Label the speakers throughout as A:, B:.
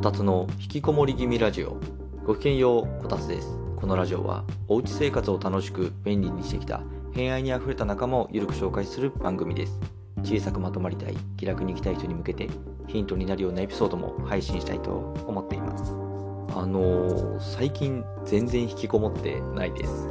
A: たつの引きこもり気味ラジオ。ごきげんよう、こたつです。このラジオはおうち生活を楽しく便利にしてきた偏愛にあふれた仲間をゆるく紹介する番組です。小さくまとまりたい、気楽に生きたい人に向けてヒントになるようなエピソードも配信したいと思っています。最近全然引きこもってないです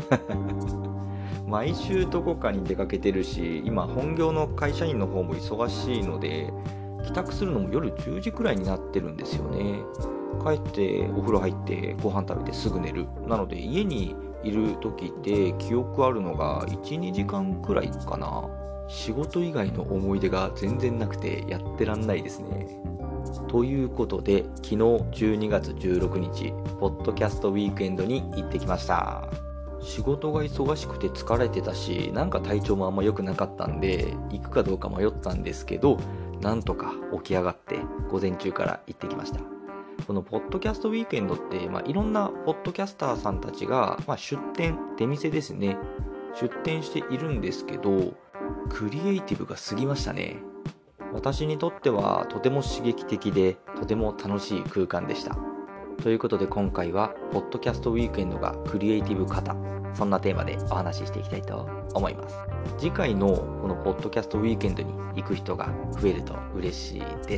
A: 毎週どこかに出かけてるし、今本業の会社員の方も忙しいので帰宅するのも夜10時くらいになってるんですよね。帰ってお風呂入ってご飯食べてすぐ寝る。なので家にいる時って記憶あるのが 1,2 時間くらいかな。仕事以外の思い出が全然なくてやってらんないですね。ということで昨日12月16日ポッドキャストウィークエンドに行ってきました。仕事が忙しくて疲れてたし、なんか体調もあんま良くなかったんで行くかどうか迷ったんですけど、なんとか起き上がって午前中から行ってきました。このポッドキャストウィークエンドって、いろんなポッドキャスターさんたちが、出店ですね、出店しているんですけど、クリエイティブが過ぎましたね。私にとってはとても刺激的でとても楽しい空間でした。ということで今回はポッドキャストウィークエンドがクリエイティブ型、そんなテーマでお話ししていきたいと思います。次回のこのポッドキャストウィークエンドに行く人が増えると嬉しいです。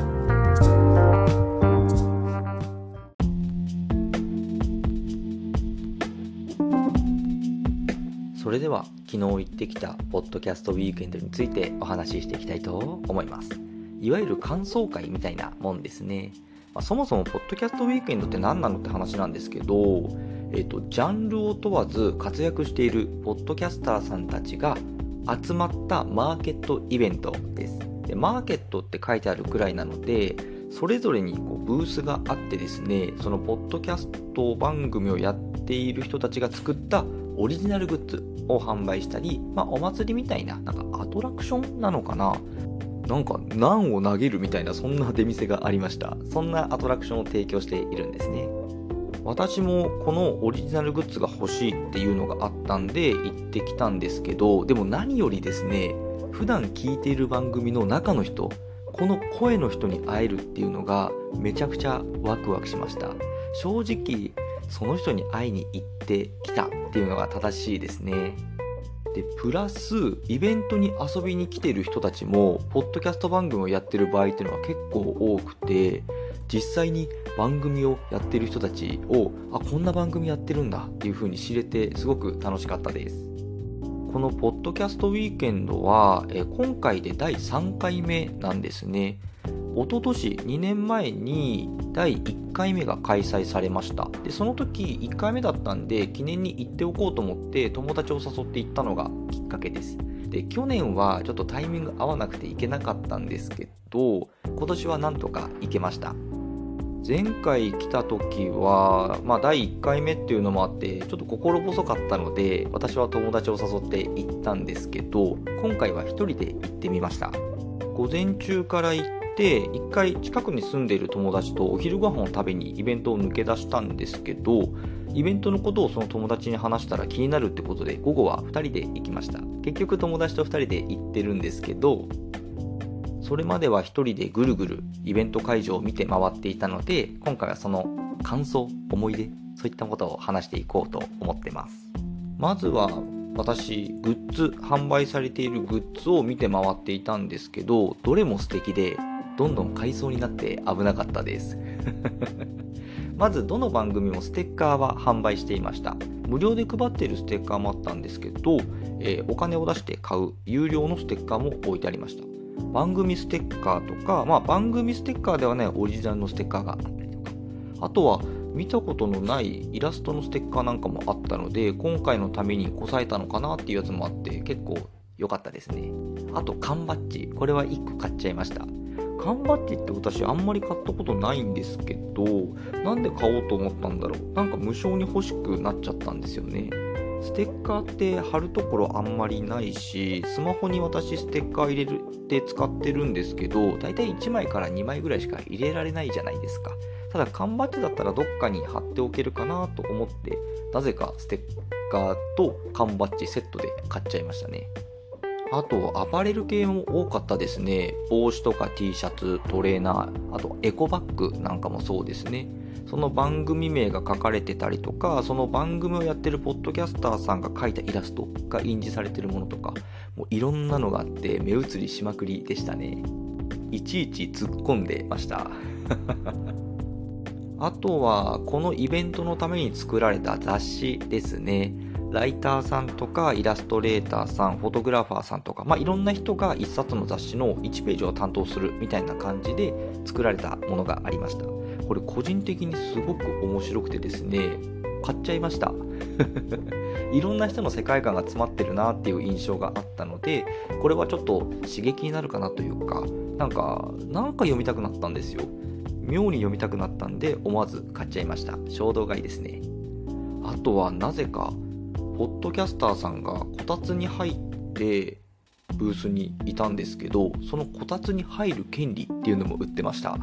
A: それでは昨日行ってきたポッドキャストウィークエンドについてお話ししていきたいと思います。いわゆる感想会みたいなもんですね。そもそもポッドキャストウィークエンドって何なのって話なんですけど、ジャンルを問わず活躍しているポッドキャスターさんたちが集まったマーケットイベントです。で、マーケットって書いてあるくらいなので、それぞれにブースがあってですね、そのポッドキャスト番組をやっている人たちが作ったオリジナルグッズを販売したり、お祭りみたいな、アトラクションなのかな、ナンを投げるみたいな、そんな出店がありました。そんなアトラクションを提供しているんですね。私もこのオリジナルグッズが欲しいっていうのがあったんで行ってきたんですけど、でも何よりですね、普段聞いている番組の中の人、この声の人に会えるっていうのがめちゃくちゃワクワクしました。正直その人に会いに行ってきたっていうのが正しいですね。でプラスイベントに遊びに来ている人たちもポッドキャスト番組をやってる場合っていうのは結構多くて、実際に番組をやってる人たちをこんな番組やってるんだっていう風に知れてすごく楽しかったです。このポッドキャストウィークエンドは今回で第3回目なんですね。一昨年2年前に第1回目が開催されました。でその時1回目だったんで記念に行っておこうと思って友達を誘って行ったのがきっかけです。で去年はちょっとタイミング合わなくて行けなかったんですけど、今年はなんとか行けました。前回来た時は、第1回目っていうのもあってちょっと心細かったので私は友達を誘って行ったんですけど、今回は一人で行ってみました。午前中から行って一回近くに住んでいる友達とお昼ご飯を食べにイベントを抜け出したんですけど、イベントのことをその友達に話したら気になるってことで午後は2人で行きました。結局友達と2人で行ってるんですけど、それまでは一人でぐるぐるイベント会場を見て回っていたので、今回はその感想、思い出、そういったことを話していこうと思ってます。まずは私グッズ、販売されているグッズを見て回っていたんですけど、どれも素敵でどんどん買いそうになって危なかったですまずどの番組もステッカーは販売していました。無料で配っているステッカーもあったんですけど、お金を出して買う有料のステッカーも置いてありました。番組ステッカーとか、番組ステッカーではないオリジナルのステッカーがあったりとか、あとは見たことのないイラストのステッカーなんかもあったので、今回のためにこさえたのかなっていうやつもあって結構良かったですね。あと缶バッジ、これは1個買っちゃいました。缶バッジって私あんまり買ったことないんですけど、なんで買おうと思ったんだろう。無償に欲しくなっちゃったんですよね。ステッカーって貼るところあんまりないし、スマホに私ステッカー入れて使ってるんですけど、だいたい1枚から2枚ぐらいしか入れられないじゃないですか。ただ缶バッジだったらどっかに貼っておけるかなと思って、なぜかステッカーと缶バッジセットで買っちゃいましたね。 あとアパレル系も多かったですね。帽子とか T シャツ、トレーナー、あとエコバッグなんかもそうですね。その番組名が書かれてたりとか、その番組をやってるポッドキャスターさんが描いたイラストが印字されてるものとか、もういろんなのがあって目移りしまくりでしたね。いちいち突っ込んでましたあとはこのイベントのために作られた雑誌ですね。ライターさんとかイラストレーターさん、フォトグラファーさんとか、いろんな人が一冊の雑誌の1ページを担当するみたいな感じで作られたものがありました。これ個人的にすごく面白くてですね、買っちゃいましたいろんな人の世界観が詰まってるなっていう印象があったので、これはちょっと刺激になるかなというか、なんか読みたくなったんですよ。妙に読みたくなったんで思わず買っちゃいました。衝動買いですね。あとはなぜかポッドキャスターさんがこたつに入ってブースにいたんですけど、そのこたつに入る権利っていうのも売ってました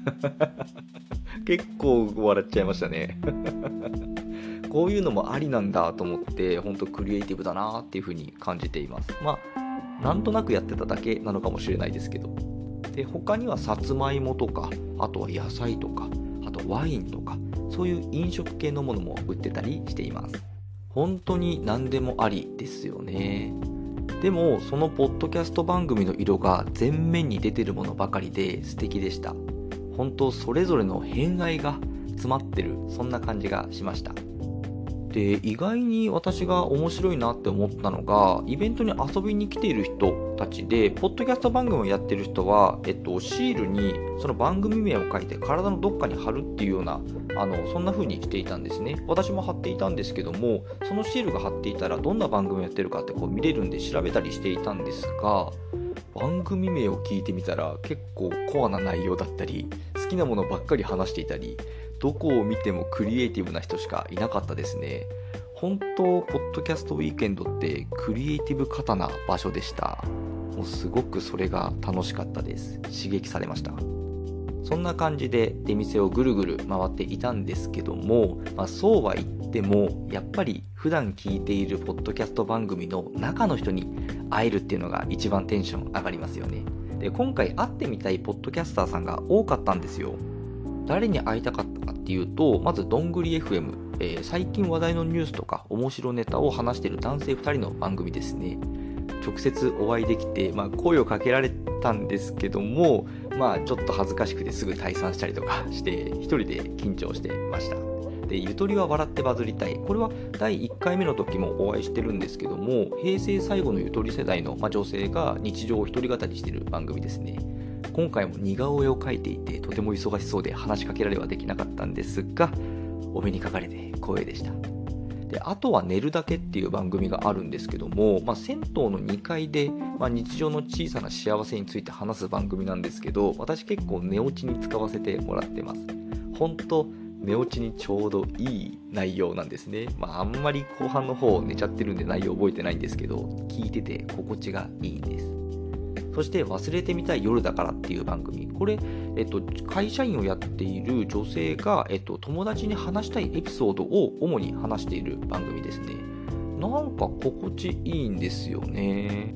A: 結構笑っちゃいましたねこういうのもありなんだと思って、本当クリエイティブだなっていう風に感じています。なんとなくやってただけなのかもしれないですけど。で、他にはさつまいもとか、あとは野菜とか、あとワインとか、そういう飲食系のものも売ってたりしています。本当に何でもありですよね。でもそのポッドキャスト番組の色が前面に出てるものばかりで素敵でした。本当それぞれの偏愛が詰まってる、そんな感じがしました。で、意外に私が面白いなって思ったのが、イベントに遊びに来ている人たちで、ポッドキャスト番組をやってる人は、シールにその番組名を書いて体のどっかに貼るっていうような、そんな風にしていたんですね。私も貼っていたんですけども、そのシールが貼っていたらどんな番組をやってるかって見れるんで調べたりしていたんですが、番組名を聞いてみたら結構コアな内容だったり、好きなものばっかり話していたり、どこを見てもクリエイティブな人しかいなかったですね。本当ポッドキャストウィークエンドってクリエイティブ過多な場所でした。もうすごくそれが楽しかったです。刺激されました。そんな感じで出店をぐるぐる回っていたんですけども、そうは言ってもやっぱり普段聞いているポッドキャスト番組の中の人に会えるっていうのが一番テンション上がりますよね。で、今回会ってみたいポッドキャスターさんが多かったんですよ。誰に会いたかったかっていうと、まずどんぐり FM、最近話題のニュースとか面白ネタを話している男性2人の番組ですね。直接お会いできて、声をかけられたんですけども、ちょっと恥ずかしくてすぐ退散したりとかして一人で緊張してました。で、ゆとりは笑ってバズりたい、これは第1回目の時もお会いしてるんですけども、平成最後のゆとり世代の、女性が日常を一人語りしている番組ですね。今回も似顔絵を描いていてとても忙しそうで話しかけられはできなかったんですが、お目にかかれて光栄でした。で、あとは寝るだけっていう番組があるんですけども、銭湯の2階で、日常の小さな幸せについて話す番組なんですけど、私結構寝落ちに使わせてもらってます。本当寝落ちにちょうどいい内容なんですね。あんまり後半の方寝ちゃってるんで内容覚えてないんですけど、聞いてて心地がいいんです。そして忘れてみたい夜だからっていう番組、これ、会社員をやっている女性が、友達に話したいエピソードを主に話している番組ですね。なんか心地いいんですよね。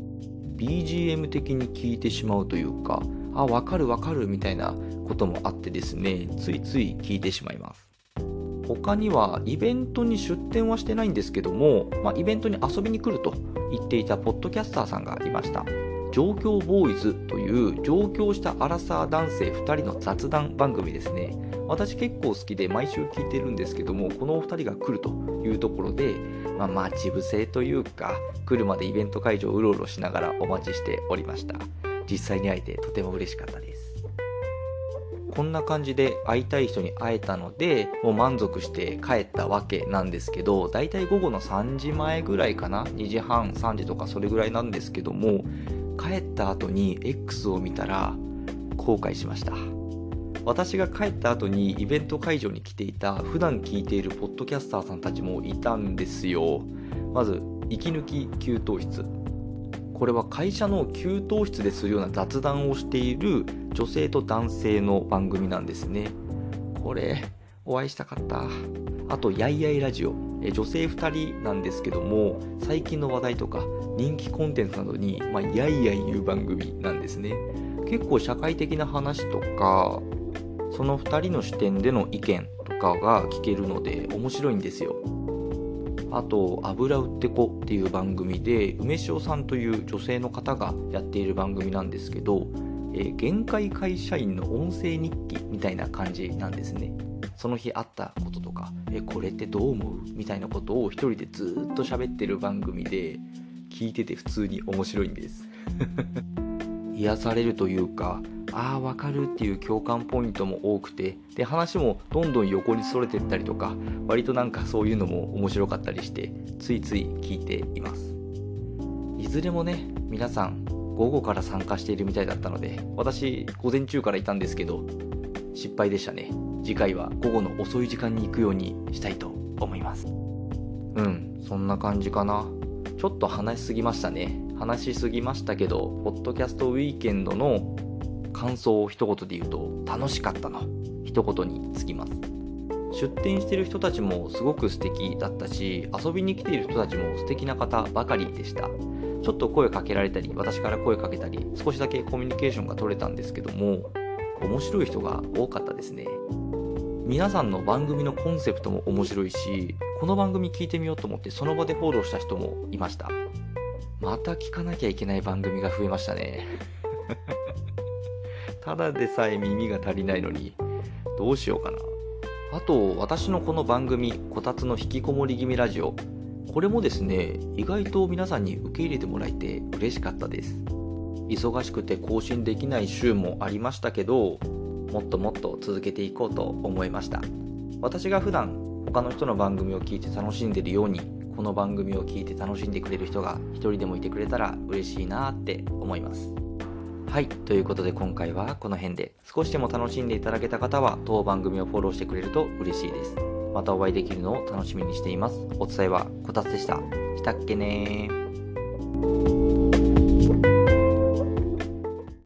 A: BGM 的に聞いてしまうというか、わかるわかるみたいなこともあってですね、ついつい聞いてしまいます。他にはイベントに出店はしてないんですけども、イベントに遊びに来ると言っていたポッドキャスターさんがいました。上京ボーイズという上京したアラサー男性2人の雑談番組ですね。私結構好きで毎週聞いてるんですけども、このお二人が来るというところで、待ち伏せというか、来るまでイベント会場をうろうろしながらお待ちしておりました。実際に会えてとても嬉しかったです。こんな感じで会いたい人に会えたので、もう満足して帰ったわけなんですけど、だいたい午後の3時前ぐらいかな、2時半3時とかそれぐらいなんですけども、帰った後に X を見たら後悔しました。私が帰った後にイベント会場に来ていた普段聞いているポッドキャスターさんたちもいたんですよ。まず息抜き給湯室、これは会社の給湯室でするような雑談をしている女性と男性の番組なんですね。これお会いしたかった。あとやいやいラジオ、 女性2人なんですけども、最近の話題とか人気コンテンツなどに、やいやい言う番組なんですね。結構社会的な話とか、その2人の視点での意見とかが聞けるので面白いんですよ。あと、油売ってこっていう番組で、梅塩さんという女性の方がやっている番組なんですけど、限界会社員の音声日記みたいな感じなんですね。その日あったこととか、これってどう思うみたいなことを一人でずっと喋ってる番組で、聞いてて普通に面白いんです癒されるというか、わかるっていう共感ポイントも多くて、で話もどんどん横にそれてったりとか、割とそういうのも面白かったりして、ついつい聞いています。いずれもね、皆さん午後から参加しているみたいだったので、私午前中からいたんですけど失敗でしたね。次回は午後の遅い時間に行くようにしたいと思います。そんな感じかな。ちょっと話しすぎましたね。話しすぎましたけど、ポッドキャストウィーケンドの感想を一言で言うと、楽しかったの一言につきます。出店している人たちもすごく素敵だったし、遊びに来ている人たちも素敵な方ばかりでした。ちょっと声かけられたり、私から声かけたり、少しだけコミュニケーションが取れたんですけども、面白い人が多かったですね。皆さんの番組のコンセプトも面白いし、この番組聞いてみようと思ってその場でフォローした人もいました。また聞かなきゃいけない番組が増えましたねただでさえ耳が足りないのにどうしようかな。あと、私のこの番組、こたつの引きこもり気味ラジオ、これもですね、意外と皆さんに受け入れてもらえて嬉しかったです。忙しくて更新できない週もありましたけど、もっともっと続けていこうと思いました。私が普段他の人の番組を聞いて楽しんでいるように、この番組を聞いて楽しんでくれる人が一人でもいてくれたら嬉しいなって思います。はい、ということで今回はこの辺で、少しでも楽しんでいただけた方は当番組をフォローしてくれると嬉しいです。またお会いできるのを楽しみにしています。お伝えはこたつでした。したっけねー。